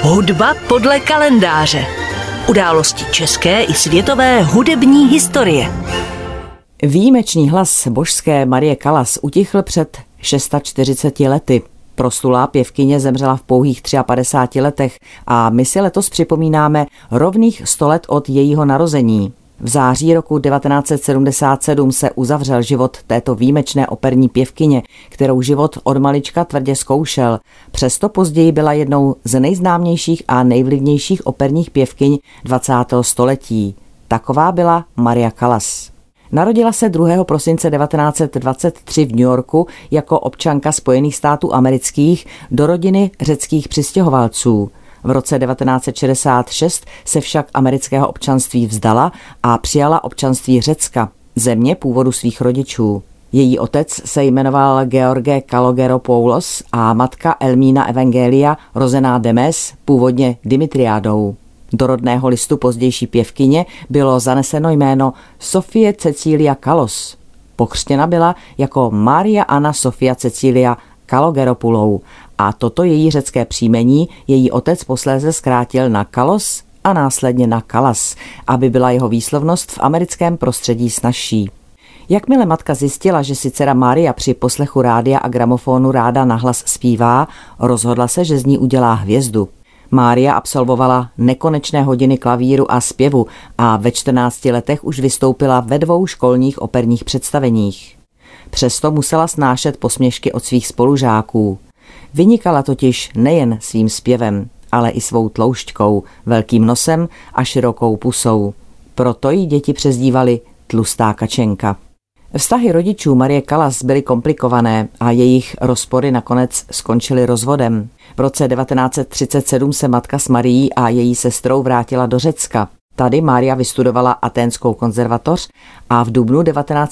Hudba podle kalendáře. Události české i světové hudební historie. Výjimečný hlas božské Marie Callas utichl před 640 lety. Proslulá pěvkyně zemřela v pouhých 53 letech a my si letos připomínáme rovných 100 let od jejího narození. V září roku 1977 se uzavřel život této výjimečné operní pěvkyně, kterou život od malička tvrdě zkoušel. Přesto později byla jednou z nejznámějších a nejvlivnějších operních pěvkyň 20. století. Taková byla Maria Callas. Narodila se 2. prosince 1923 v New Yorku jako občanka Spojených států amerických do rodiny řeckých přistěhovalců. V roce 1966 se však amerického občanství vzdala a přijala občanství Řecka, země původu svých rodičů. Její otec se jmenoval George Kalogeropoulos a matka Elmína Evangelia, rozená Demes, původně Dimitriádou. Do rodného listu pozdější pěvkyně bylo zaneseno jméno Sofie Cecilia Kallos. Pokřtěna byla jako Maria Anna Sofia Cecilia Kalogeropoulou a toto její řecké příjmení její otec posléze zkrátil na Kallos a následně na Callas, aby byla jeho výslovnost v americkém prostředí snazší. Jakmile matka zjistila, že si dcera Maria při poslechu rádia a gramofonu ráda nahlas zpívá, rozhodla se, že z ní udělá hvězdu. Mária absolvovala nekonečné hodiny klavíru a zpěvu a ve 14 letech už vystoupila ve 2 školních operních představeních. Přesto musela snášet posměšky od svých spolužáků. Vynikala totiž nejen svým zpěvem, ale i svou tloušťkou, velkým nosem a širokou pusou. Proto jí děti přezdívali tlustá kačenka. Vztahy rodičů Marie Callas byly komplikované a jejich rozpory nakonec skončily rozvodem. V roce 1937 se matka s Marií a její sestrou vrátila do Řecka. Tady Mária vystudovala Aténskou konzervatoř a v dubnu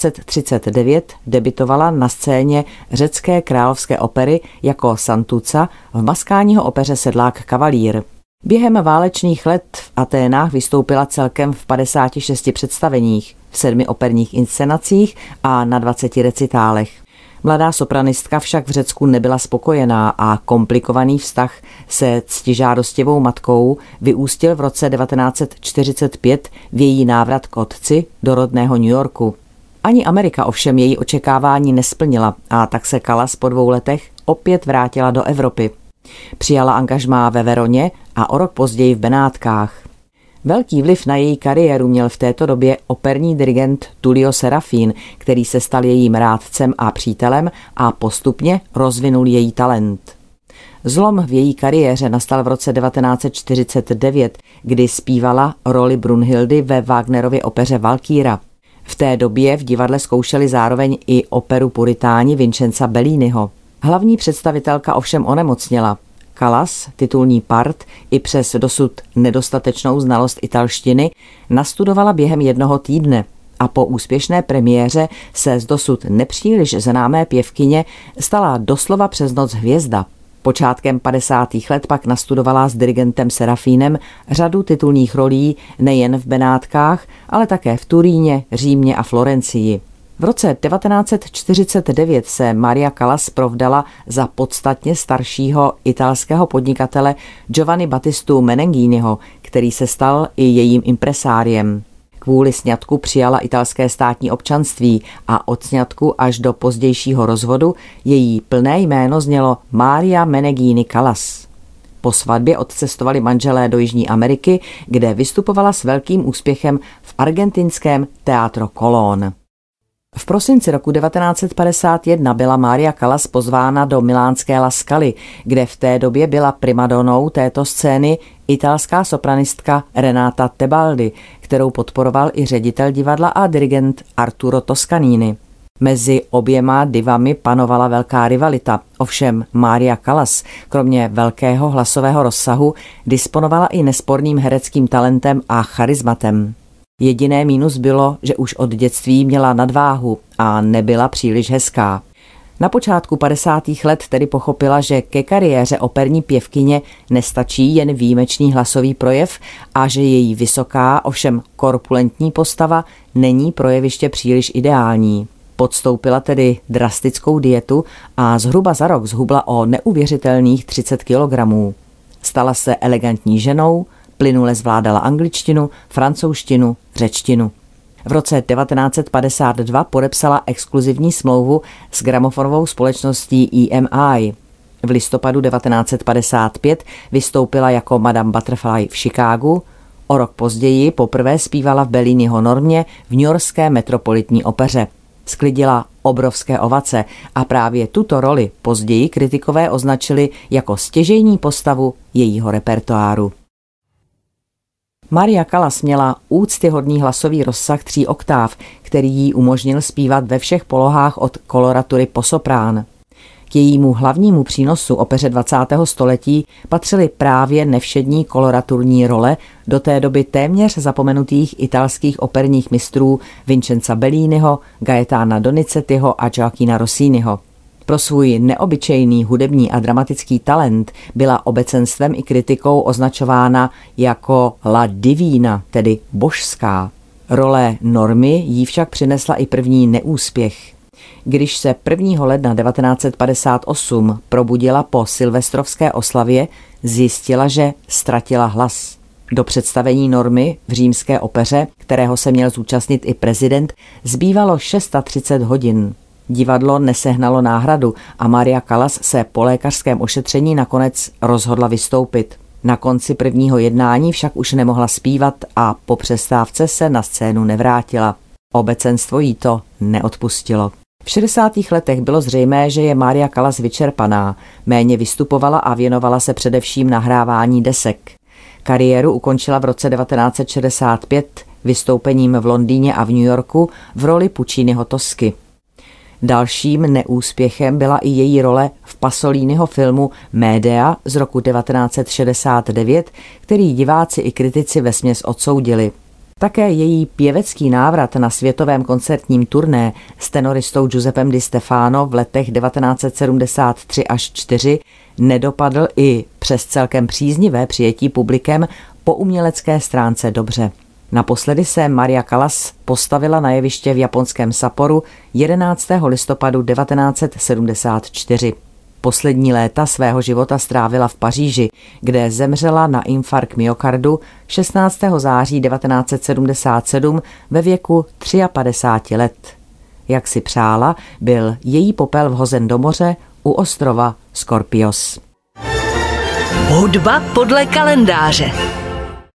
1939 debitovala na scéně řecké královské opery jako Santuca v Maskáního opeře Sedlák kavalír. Během válečných let v Aténách vystoupila celkem v 56 představeních, v 7 operních inscenacích a na 20 recitálech. Mladá sopranistka však v Řecku nebyla spokojená a komplikovaný vztah se ctižádostivou matkou vyústil v roce 1945 v její návrat k otci do rodného New Yorku. Ani Amerika ovšem její očekávání nesplnila a tak se Callas po 2 letech opět vrátila do Evropy. Přijala angažmá ve Veroně a o rok později v Benátkách. Velký vliv na její kariéru měl v této době operní dirigent Tullio Serafin, který se stal jejím rádcem a přítelem a postupně rozvinul její talent. Zlom v její kariéře nastal v roce 1949, kdy zpívala roli Brunhildy ve Wagnerově opeře Valkýra. V té době v divadle zkoušeli zároveň i operu Puritáni Vincenza Belliniho. Hlavní představitelka ovšem onemocněla. Callas, titulní part, i přes dosud nedostatečnou znalost italštiny, nastudovala během 1 týdne a po úspěšné premiéře se z dosud nepříliš známé pěvkyně stala doslova přes noc hvězda. Počátkem 50. let pak nastudovala s dirigentem Serafínem řadu titulních rolí nejen v Benátkách, ale také v Turíně, Římě a Florencii. V roce 1949 se Maria Callas provdala za podstatně staršího italského podnikatele Giovanni Battistu Meneghiniho, který se stal i jejím impresáriem. Kvůli sňatku přijala italské státní občanství a od sňatku až do pozdějšího rozvodu její plné jméno znělo Maria Meneghini Callas. Po svatbě odcestovali manželé do Jižní Ameriky, kde vystupovala s velkým úspěchem v argentinském Teatro Colón. V prosinci roku 1951 byla Maria Callas pozvána do milánské La Scally, kde v té době byla primadonou této scény italská sopranistka Renata Tebaldi, kterou podporoval i ředitel divadla a dirigent Arturo Toscanini. Mezi oběma divami panovala velká rivalita, ovšem Maria Callas, kromě velkého hlasového rozsahu, disponovala i nesporným hereckým talentem a charizmatem. Jediné mínus bylo, že už od dětství měla nadváhu a nebyla příliš hezká. Na počátku 50. let tedy pochopila, že ke kariéře operní pěvkyně nestačí jen výjimečný hlasový projev a že její vysoká, ovšem korpulentní postava není pro jeviště příliš ideální. Podstoupila tedy drastickou dietu a zhruba za rok zhubla o neuvěřitelných 30 kilogramů. Stala se elegantní ženou, plynule zvládala angličtinu, francouzštinu, řečtinu. V roce 1952 podepsala exkluzivní smlouvu s gramofonovou společností EMI. V listopadu 1955 vystoupila jako Madame Butterfly v Chicagu. O rok později poprvé zpívala v Belliniho Normě v newyorské metropolitní opeře. Sklidila obrovské ovace a právě tuto roli později kritikové označili jako stěžejní postavu jejího repertoáru. Maria Callas měla úctyhodný hlasový rozsah 3 oktáv, který jí umožnil zpívat ve všech polohách od koloratury po soprán. K jejímu hlavnímu přínosu opeře 20. století patřily právě nevšední koloraturní role do té doby téměř zapomenutých italských operních mistrů Vincenza Belliniho, Gaetana Donizettiho a Gioachina Rossiniho. Pro svůj neobyčejný hudební a dramatický talent byla obecenstvem i kritikou označována jako La Divina, tedy božská. Role Normy jí však přinesla i první neúspěch. Když se 1. ledna 1958 probudila po silvestrovské oslavě, zjistila, že ztratila hlas. Do představení Normy v římské opeře, kterého se měl zúčastnit i prezident, zbývalo 630 hodin. Divadlo nesehnalo náhradu a Maria Callas se po lékařském ošetření nakonec rozhodla vystoupit. Na konci prvního jednání však už nemohla zpívat a po přestávce se na scénu nevrátila. Obecenstvo jí to neodpustilo. V 60. letech bylo zřejmé, že je Maria Callas vyčerpaná, méně vystupovala a věnovala se především nahrávání desek. Kariéru ukončila v roce 1965 vystoupením v Londýně a v New Yorku v roli Pucciniho Tosky. Dalším neúspěchem byla i její role v Pasoliniho filmu Médea z roku 1969, který diváci i kritici vesměs odsoudili. Také její pěvecký návrat na světovém koncertním turné s tenoristou Giuseppem Di Stefano v letech 1973 až 4 nedopadl i přes celkem příznivé přijetí publikem po umělecké stránce dobře. Naposledy se Maria Callas postavila na jeviště v japonském Sapporu 11. listopadu 1974. Poslední léta svého života strávila v Paříži, kde zemřela na infarkt myokardu 16. září 1977 ve věku 53 let. Jak si přála, byl její popel vhozen do moře u ostrova Skorpios. Hudba podle kalendáře.